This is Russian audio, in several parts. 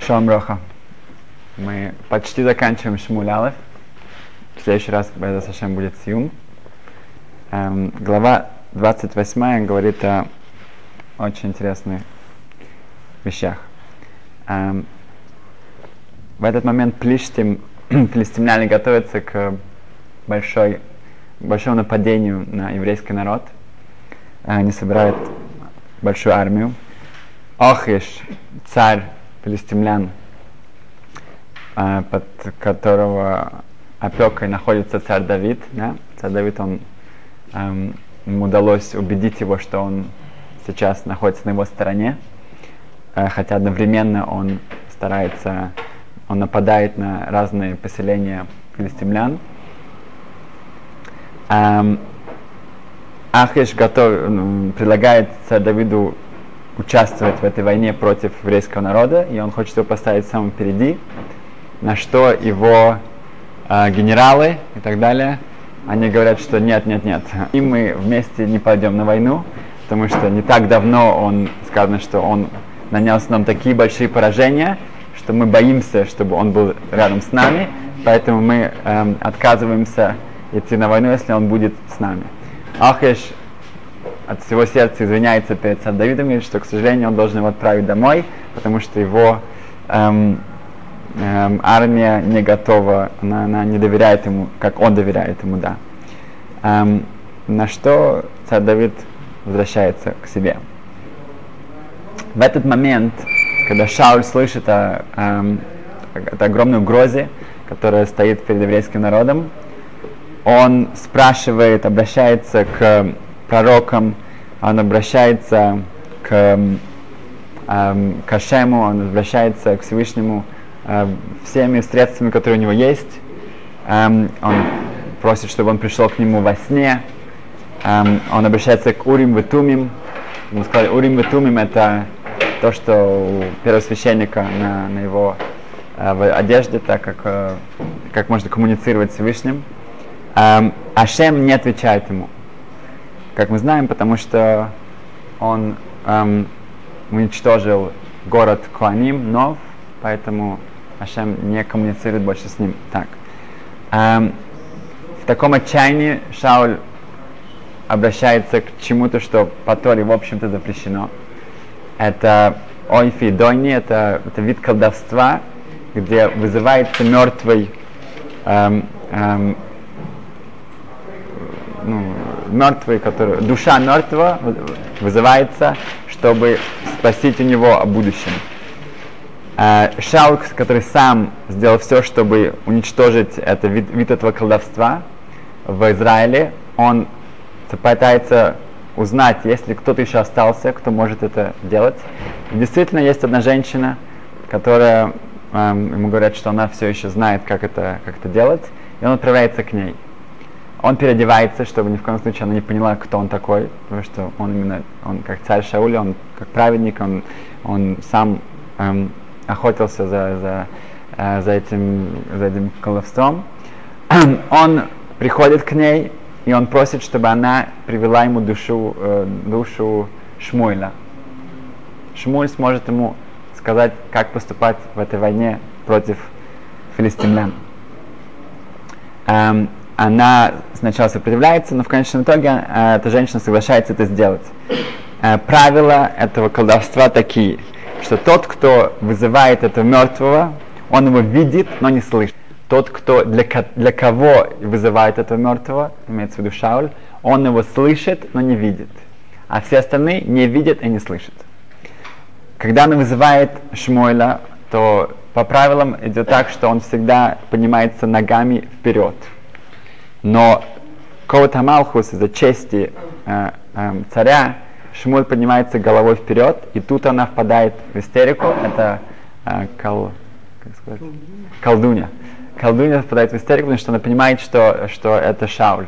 Шалом Роха. Мы почти заканчиваем Шмуль Алеф. В следующий раз, когда Сашем будет Сиум. Глава 28 говорит о очень интересных вещах. В этот момент филистимляне готовятся к большому нападению на еврейский народ. Они собирают большую армию. Охиш, царь филистимлян, под которого опекой находится царь Давид. Да? Царь Давид, ему удалось убедить его, что он сейчас находится на его стороне, хотя одновременно он нападает на разные поселения филистимлян. Ахиш предлагает царю Давиду участвовать в этой войне против еврейского народа, и он хочет его поставить самым впереди, на что его генералы и так далее, они говорят, что нет, и мы вместе не пойдем на войну, потому что не так давно сказано, что он нанес нам такие большие поражения, что мы боимся, чтобы он был рядом с нами, поэтому мы отказываемся идти на войну, если он будет с нами. Ахиш от всего сердца извиняется перед царем Давидом, говорит, что, к сожалению, он должен его отправить домой, потому что его армия не готова, она не доверяет ему, как он доверяет ему, да. На что царь Давид возвращается к себе. В этот момент, когда Шауль слышит о огромной угрозе, которая стоит перед еврейским народом, он обращается к пророкам, он обращается к Ашему, он обращается к Всевышнему всеми средствами, которые у него есть. Он просит, чтобы он пришел к нему во сне. Он обращается к Урим и Тумим. Мы сказали, Урим и Тумим — это то, что у первосвященника на его в одежде, так как можно коммуницировать с Всевышним. Ашем не отвечает ему, как мы знаем, потому что он уничтожил город Коаним, Нов, поэтому Ашем не коммуницирует больше с ним. Так. В таком отчаянии Шауль обращается к чему-то, что по Торе, в общем-то, запрещено. Это ойфи дойни, это вид колдовства, где вызывается мертвый, душа мертвого вызывается, чтобы спросить у него о будущем. Шауль, который сам сделал все, чтобы уничтожить вид этого колдовства в Израиле, он пытается узнать, есть ли кто-то еще остался, кто может это делать. И действительно, есть одна женщина, которая, ему говорят, что она все еще знает, как это делать, и он отправляется к ней. Он переодевается, чтобы ни в коем случае она не поняла, кто он такой, потому что он как царь Шауль, он как праведник, он сам охотился за этим колдовством. Он приходит к ней, и он просит, чтобы она привела ему душу Шмуэля. Шмуэль сможет ему сказать, как поступать в этой войне против филистимлян. Она сначала сопротивляется, но в конечном итоге эта женщина соглашается это сделать. Правила этого колдовства такие, что тот, кто вызывает этого мертвого, он его видит, но не слышит. Тот, кто для кого вызывает этого мертвого, имеется в виду Шауль, он его слышит, но не видит. А все остальные не видят и не слышат. Когда он вызывает Шмуэля, то по правилам идет так, что он всегда поднимается ногами вперед. Но Коват Малхус, из-за чести царя, Шмуэль поднимается головой вперед, и тут она впадает в истерику. Это колдунья. Колдунья впадает в истерику, потому что она понимает, что это Шауль.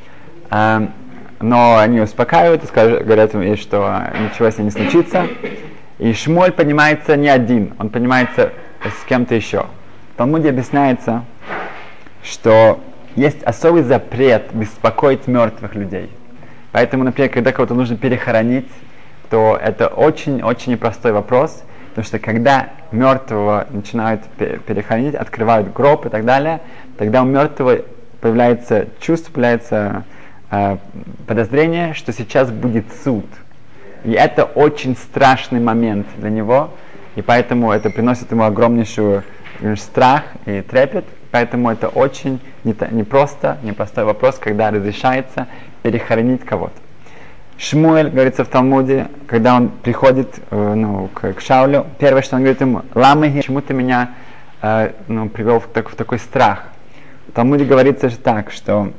Но они успокаивают и говорят ей, что ничего с ней не случится. И Шмуэль поднимается не один, он поднимается с кем-то еще. В Талмуде объясняется, что есть особый запрет беспокоить мертвых людей. Поэтому, например, когда кого-то нужно перехоронить, то это очень-очень непростой вопрос. Потому что когда мертвого начинают перехоронить, открывают гроб и так далее, тогда у мертвого появляется чувство, появляется подозрение, что сейчас будет суд. И это очень страшный момент для него, и поэтому это приносит ему огромнейший страх и трепет. Поэтому это очень непростой вопрос, когда разрешается перехоронить кого-то. Шмуэль, говорится в Талмуде, когда он приходит к Шаулю, первое, что он говорит ему: «Ламахи, почему ты меня привел в такой страх?» В Талмуде говорится же так, что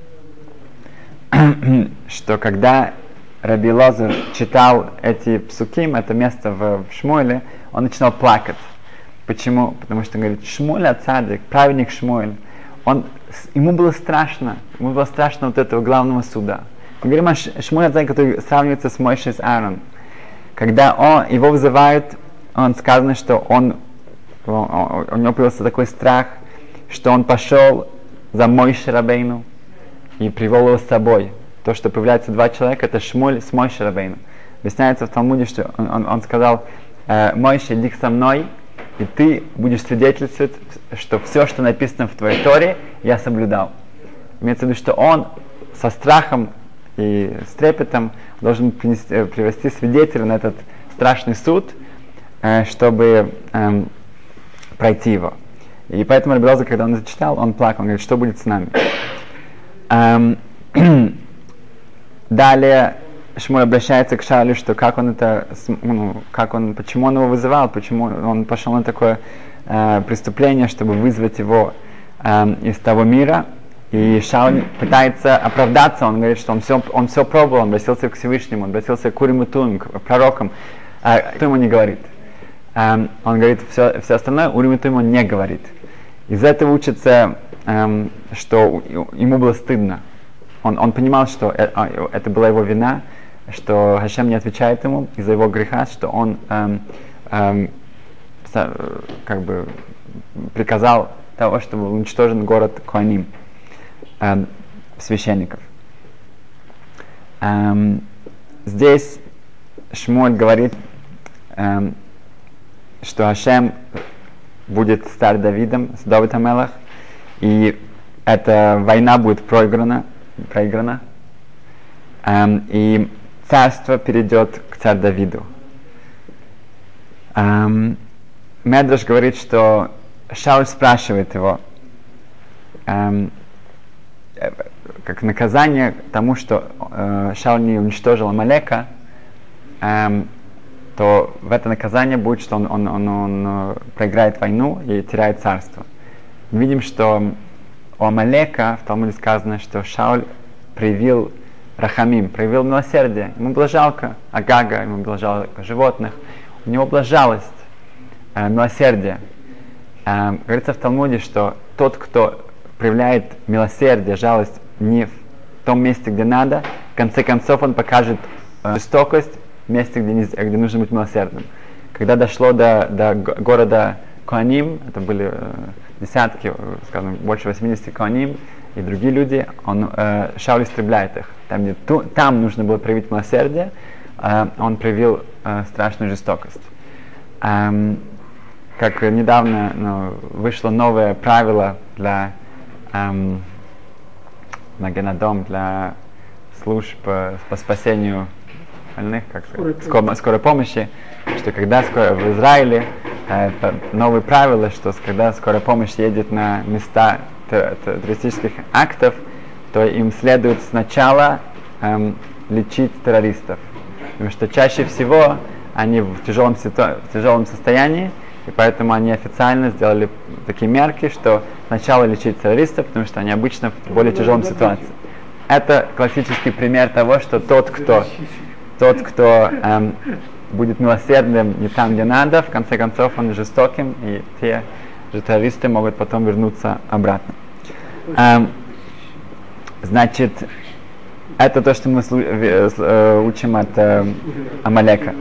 когда Раби Лозер читал эти псуким, это место в Шмуэле, он начинал плакать. Почему? Потому что, говорит, Шмуэль ацадик, праведник Шмуэль, ему было страшно вот этого главного суда. Мы говорим о Шмуэле ацадик, который сравнивается с Мойшей, с Аароном. Когда его вызывают, сказано, что у него появился такой страх, что он пошел за Мойшей Рабейну и привел его с собой. То, что появляется два человека, это Шмуэль с Мойшей Рабейну. Объясняется в Талмуде, что он сказал: «Мойше, иди со мной, и ты будешь свидетельствовать, что все, что написано в твоей Торе, я соблюдал». Имеется в виду, что он со страхом и с трепетом должен привести свидетеля на этот страшный суд, чтобы пройти его. И поэтому Раби Лозер, когда он это читал, он плакал, он говорит: что будет с нами? Далее Шмуэль обращается к Шаулю, что почему он его вызывал, почему он пошел на такое преступление, чтобы вызвать его из того мира. И Шауль пытается оправдаться, он говорит, что он все пробовал, он обратился к Всевышнему, он обратился к Урим и Тумим, к пророкам, кто ему не говорит. Он говорит все остальное, Урим и Тумим он не говорит. Из этого учится, что ему было стыдно. Он понимал, что это была его вина, что Хашем не отвечает ему из-за его греха, что он приказал того, чтобы был уничтожен город Коаним, священников. Здесь Шмуэль говорит, что Хашем будет с царь Давидом, с Давид ха-Мелех, и эта война будет проиграна, и царство перейдет к царю Давиду. Медраш говорит, что Шауль спрашивает его, как наказание тому, что Шауль не уничтожил Амалека, то в это наказание будет, что он проиграет войну и теряет царство. Мы видим, что у Амалека в Талмуде сказано, что Шауль проявил рахамим, проявил милосердие. Ему было жалко Агага, ему было жалко животных. У него была жалость, милосердие. Говорится в Талмуде, что тот, кто проявляет милосердие, жалость не в том месте, где надо, в конце концов он покажет жестокость в месте, где нужно быть милосердным. Когда дошло до города Коаним, это были десятки, скажем, больше 80 Коаним, и другие люди, Шауль истребляет их. Там нужно было проявить милосердие, он проявил страшную жестокость. Как недавно вышло новое правило для Генадом, для служб по спасению больных, скорой помощи, что когда в Израиле новые правила, что когда скорая помощь едет на места террористических актов, то им следует сначала лечить террористов. Потому что чаще всего они в тяжелом состоянии, и поэтому они официально сделали такие мерки, что сначала лечить террористов, потому что они обычно в более тяжелом ситуации. Это классический пример того, что тот, кто будет милосердным не там, где надо, в конце концов он жестоким, и те же террористы могут потом вернуться обратно. Значит, это то, что мы учим от Амалека.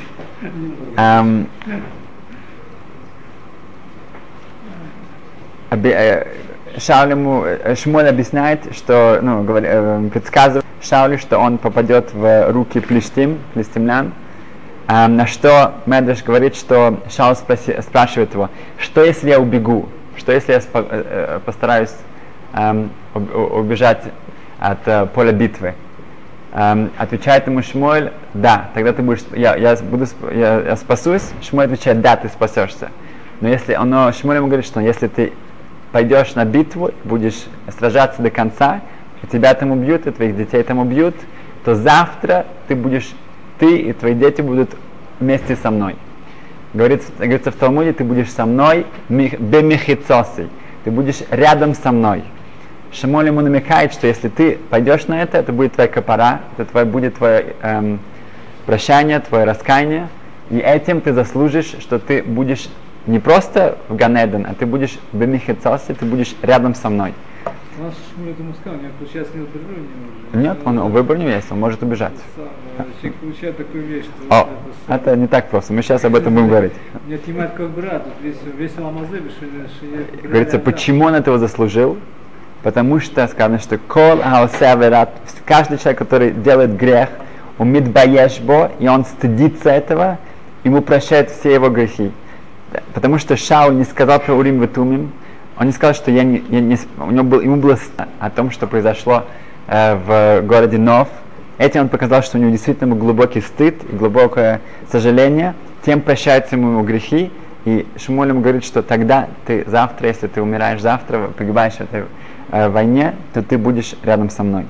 Шмуэль объясняет, что, предсказывает Шаулю, что он попадет в руки плештимлян, На что Медреш говорит, что Шаул спрашивает его, что если я убегу, что если я постараюсь убежать от поля битвы. Отвечает ему Шмуэль, да, тогда ты будешь, я спасусь. Шмуэль отвечает, да, ты спасешься. Но если Шмуэль ему говорит, что если ты пойдешь на битву, будешь сражаться до конца, и тебя там убьют, и твоих детей там убьют, то завтра ты и твои дети будут вместе со мной. Говорится в Талмуде, ты будешь со мной, бемихицоси, ты будешь рядом со мной. Шмуэль ему намекает, что если ты пойдешь на это будет твоя капара, будет твое прощание, твое раскаяние, и этим ты заслужишь, что ты будешь не просто в Ганеден, а ты будешь в Бемихицосе, ты будешь рядом со мной. У нас Шмуэль этому сказал, сейчас нет выбора не может. Нет, он выбор не есть, он может убежать. Человек получает такую вещь, что это не так просто, мы сейчас об этом будем говорить. Не отнимает как брат, весь Ламазы, говорится, почему он этого заслужил? Потому что сказано, что каждый человек, который делает грех, умит баешбо, и он стыдится этого, ему прощают все его грехи. Потому что Шауль не сказал про Урим и Тумим, он не сказал, что ему было о том, что произошло в городе Нов. Этим он показал, что у него действительно был глубокий стыд и глубокое сожаление, тем прощаются ему грехи. И Шмуэль ему говорит, что тогда ты завтра, если ты умираешь завтра, погибаешь в этой войне, то ты будешь рядом со мной.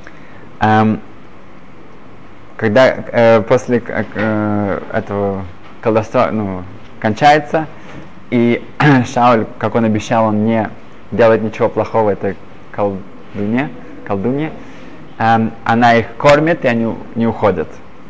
Когда после этого колдовства кончается, и Шауль, как он обещал, он не делает ничего плохого этой колдунье, она их кормит, и они не уходят.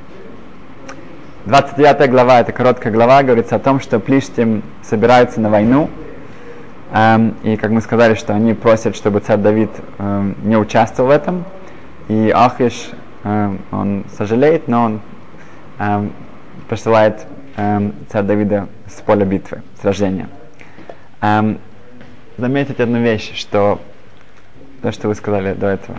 29 глава, это короткая глава, говорится о том, что Плиштим собираются на войну, и как мы сказали, что они просят, чтобы царь Давид не участвовал в этом, и Ахиш, он сожалеет, но он посылает царя Давида с поля битвы, сражения. Заметить одну вещь, что то, что вы сказали до этого.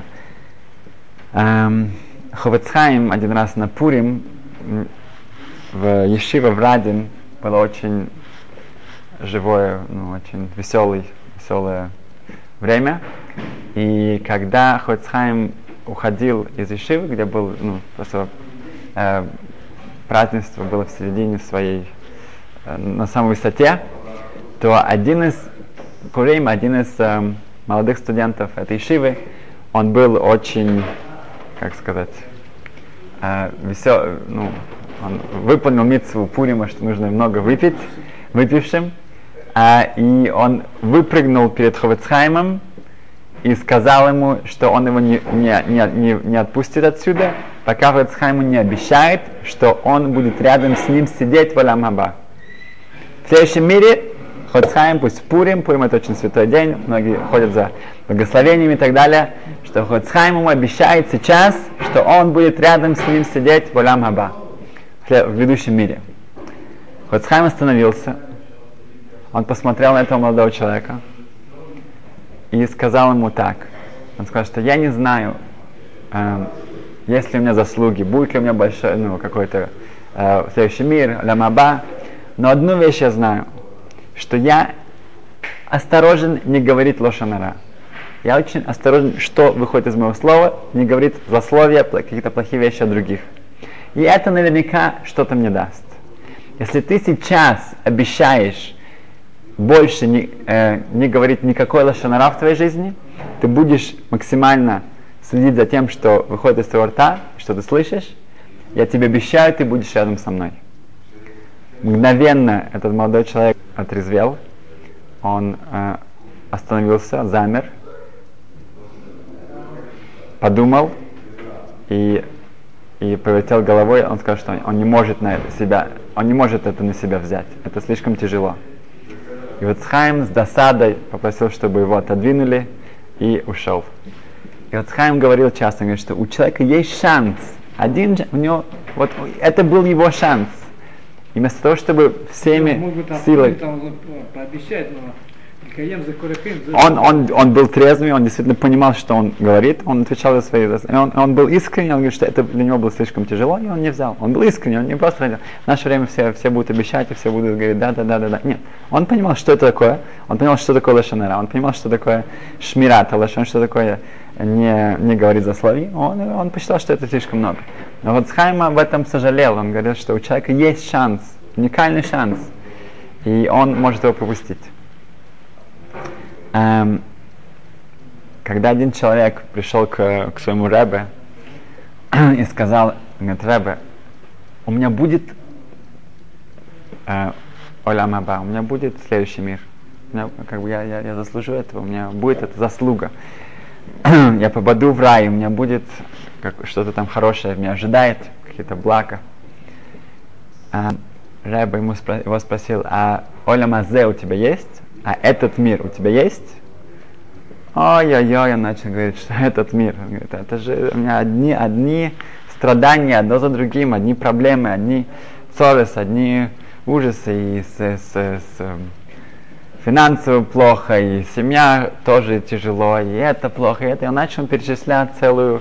Ховец Хаим один раз на Пурим в Ешива в Радин было очень живое, очень веселое время. И когда Ховец Хаим уходил из Ешивы, где был просто празднество было в середине своей, на самой высоте, то один из молодых студентов этой Ешивы, он был очень, как сказать, веселый, он выполнил мицву Пурима, что нужно много выпить, выпившим, и он выпрыгнул перед Ховец Хаимом и сказал ему, что он его не отпустит отсюда, пока Ховец Хаим ему не обещает, что он будет рядом с ним сидеть в Олам Хаба. В следующем мире Ховец Хаим, пусть Пурим это очень святой день, многие ходят за благословениями и так далее, что Ховец Хаим ему обещает сейчас, что он будет рядом с ним сидеть в Олам Хаба, в грядущем мире. Ховец Хаим остановился, он посмотрел на этого молодого человека и сказал ему так. Он сказал, что я не знаю, есть ли у меня заслуги, будет ли у меня большой, какой-то следующий мир, Олам Хаба, но одну вещь я знаю, что я осторожен не говорить лошон ара. Я очень осторожен, что выходит из моего слова, не говорить злословия, какие-то плохие вещи о других. И это наверняка что-то мне даст. Если ты сейчас обещаешь больше не говорить никакой лошон ара в твоей жизни, ты будешь максимально следить за тем, что выходит из твоего рта, что ты слышишь, я тебе обещаю, ты будешь рядом со мной. Мгновенно этот молодой человек отрезвел, он остановился, замер, подумал и повертел головой. Он сказал, что он не может это на себя взять, это слишком тяжело. И вот Хаим с досадой попросил, чтобы его отодвинули, и ушел. И вот Хаим говорил часто, говорит, что у человека есть шанс, это был его шанс. И вместо того, чтобы всеми силами... пообещать, но Каем за корехим, Он был трезвый, он действительно понимал, что он говорит, он отвечал за свои заслуги. Он был искренний, он говорит, что это для него было слишком тяжело, и он не взял. Он был искренний, он не просто хотел. В наше время все будут обещать, и все будут говорить, да. Нет, он понимал, что это такое, он понимал, что такое лошон ара, он понимал, что такое шмират лошон, что такое не говорить за слови, он посчитал, что это слишком много. Но вот Хайма об этом сожалел, он говорил, что у человека есть шанс, уникальный шанс, и он может его пропустить. Когда один человек пришел к своему ребе и сказал, говорит, ребе, у меня будет олам аба, у меня будет следующий мир. Я заслужу этого, у меня будет эта заслуга. Я попаду в рай, у меня будет что-то там хорошее, меня ожидает, какие-то блага. Ребе его спросил, а олам азе у тебя есть? А этот мир у тебя есть? Ой-ой-ой, он начал говорить, что этот мир. Он говорит, это же у меня одни страдания, одно за другим, одни проблемы, одни ссоры, одни ужасы, и с финансово плохо, и семья тоже тяжело, и это плохо, и это. И он начал перечислять целую,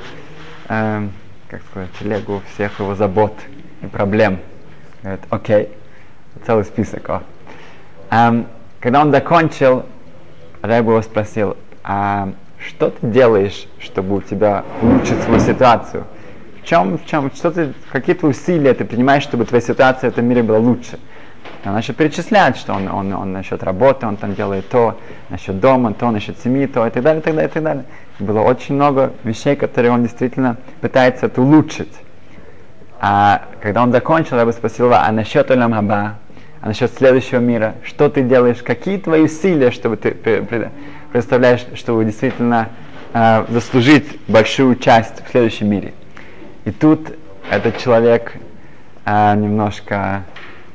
телегу всех его забот и проблем. Говорит, окей, целый список. Когда он закончил, Ребе его спросил, а что ты делаешь, чтобы у тебя улучшить свою ситуацию? Какие твои усилия ты принимаешь, чтобы твоя ситуация в этом мире была лучше? Он начал перечислять, что он насчет работы, он там делает то, насчет дома, то, насчет семьи, то, и так далее, и так далее, и так далее. Было очень много вещей, которые он действительно пытается это улучшить. А когда он закончил, я бы спросил его, а насчет олам аба, а насчет следующего мира, что ты делаешь, какие твои усилия, чтобы ты представляешь, чтобы действительно заслужить большую часть в следующем мире. И тут этот человек немножко,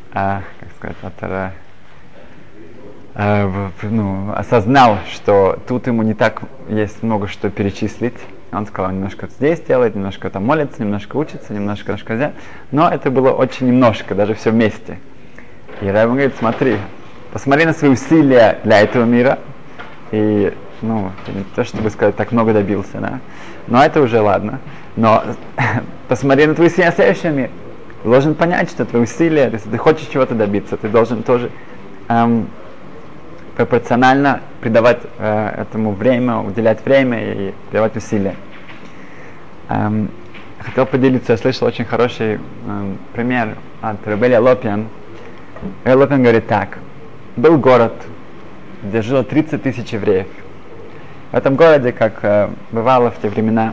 осознал, что тут ему не так есть много что перечислить. Он сказал, немножко здесь делает, немножко там молится, немножко учится, немножко рассказать. Но это было очень немножко, даже все вместе. И Ребе говорит, посмотри на свои усилия для этого мира. И, не то чтобы сказать, так много добился, да? Но это уже ладно. Но посмотри на твои усилия в следующем мире. Ты должен понять, что твои усилия, если ты хочешь чего-то добиться, ты должен тоже пропорционально придавать этому время, уделять время и придавать усилия. Хотел поделиться, я слышал очень хороший пример от Рабеля Лопьян. Лопьян говорит так. Был город, где жило 30 тысяч евреев. В этом городе, как бывало в те времена,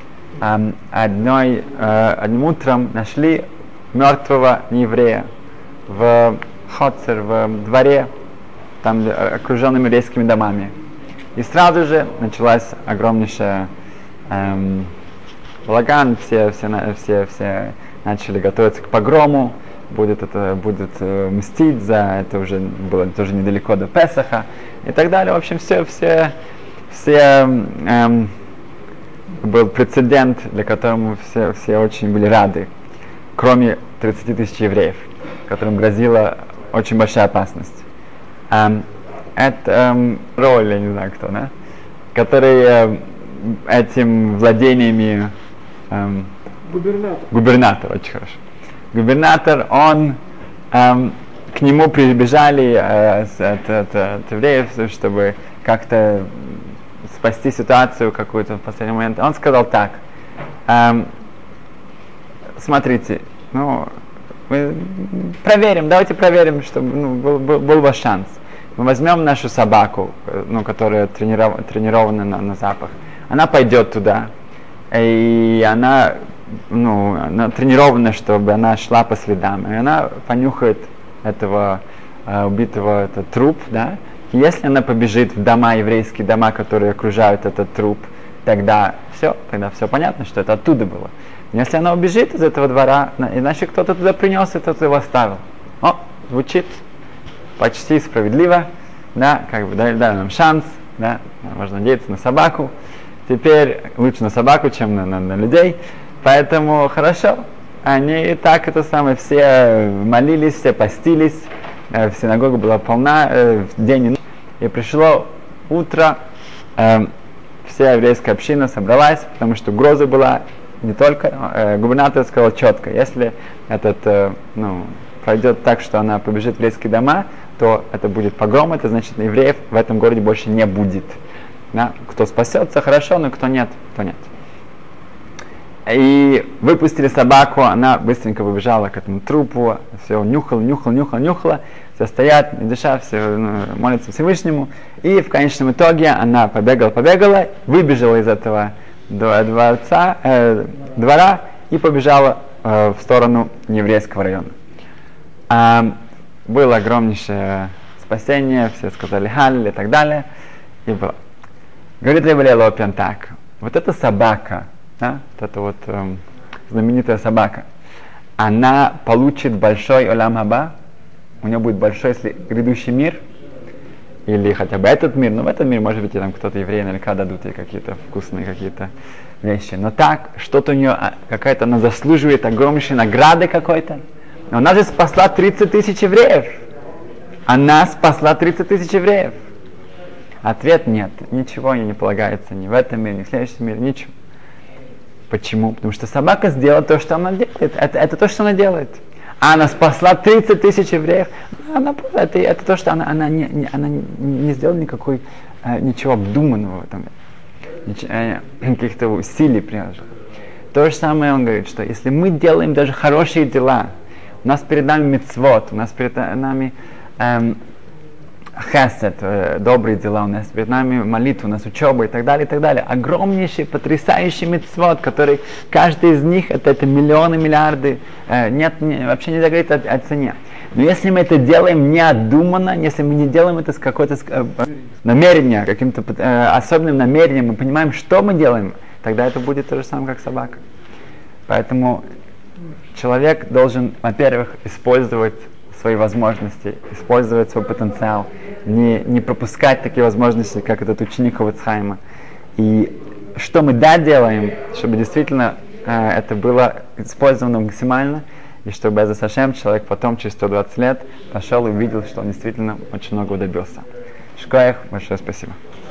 одним утром нашли мертвого нееврея в хоцер, в дворе, там окруженным еврейскими домами. И сразу же началась огромнейшая балаган, все начали готовиться к погрому, будет мстить за это, уже было тоже недалеко до Песаха и так далее. В общем, был прецедент, для которого все очень были рады, кроме 30 тысяч евреев, которым грозила очень большая опасность. Это роль, я не знаю кто, да? Который этим владениями губернатор, очень хорошо. Губернатор, он к нему прибежали от евреев, чтобы как-то спасти ситуацию какую-то в последний момент. Он сказал так: смотрите, давайте проверим, чтобы был ваш шанс. Мы возьмем нашу собаку, которая тренирована на запах. Она пойдет туда, и она тренирована, чтобы она шла по следам. И она понюхает этого убитого труп, да? И если она побежит в дома, еврейские дома, которые окружают этот труп, тогда все понятно, что это оттуда было. Если она убежит из этого двора, иначе кто-то туда принес и кто-то его оставил. Звучит почти справедливо, да, дали нам шанс, да, можно надеяться на собаку. Теперь лучше на собаку, чем на людей. Поэтому хорошо. Они так все молились, все постились, синагога была полна день и ночь. И пришло утро, вся еврейская община собралась, потому что угроза была не только, губернатор сказал четко, если пройдет так, что она побежит в еврейские дома, то это будет погром, это значит, евреев в этом городе больше не будет. Да? Кто спасется, хорошо, но кто нет, то нет. И выпустили собаку, она быстренько побежала к этому трупу, все нюхала, все стоят, не дыша, все молятся Всевышнему. И в конечном итоге она побегала, выбежала из этого двора и побежала в сторону еврейского района. Было огромнейшее спасение, все сказали «Халиль» и так далее. И было. Говорит Ребе Лопин так, вот эта собака, да, вот эта вот знаменитая собака, она получит большой олам хаба, у нее будет большой грядущий мир, или хотя бы этот мир, но в этом мире, может быть, и там кто-то еврей наверняка дадут ей какие-то вкусные какие-то вещи. Но так, что-то у нее какая-то, она заслуживает огромнейшей награды какой-то. Но она же спасла 30 тысяч евреев. Она спасла 30 тысяч евреев. Ответ нет. Ничего ей не полагается ни в этом мире, ни в следующем мире, ничего. Почему? Потому что собака сделала то, что она делает. Это то, что она делает. А она спасла 30 тысяч евреев. Это то, что она не сделала ничего обдуманного, каких-то усилий приложила. То же самое он говорит, что если мы делаем даже хорошие дела, у нас перед нами мицвот, у нас перед нами хесед, добрые дела, у нас перед нами молитва, у нас учеба и так далее, огромнейший, потрясающий мицвот, который каждый из них это миллионы, миллиарды, вообще нельзя говорить о цене. Но если мы это делаем необдуманно, если мы не делаем это с какой-то намерением, каким-то особенным намерением, мы понимаем, что мы делаем, тогда это будет то же самое, как собака. Поэтому человек должен, во-первых, использовать свои возможности, использовать свой потенциал, не пропускать такие возможности, как этот ученик Хофец Хаима. И что мы делаем, чтобы действительно это было использовано максимально, и чтобы Эзрас Ашем человек потом, через 120 лет, пошел и увидел, что он действительно очень много добился. Шкоях, большое спасибо.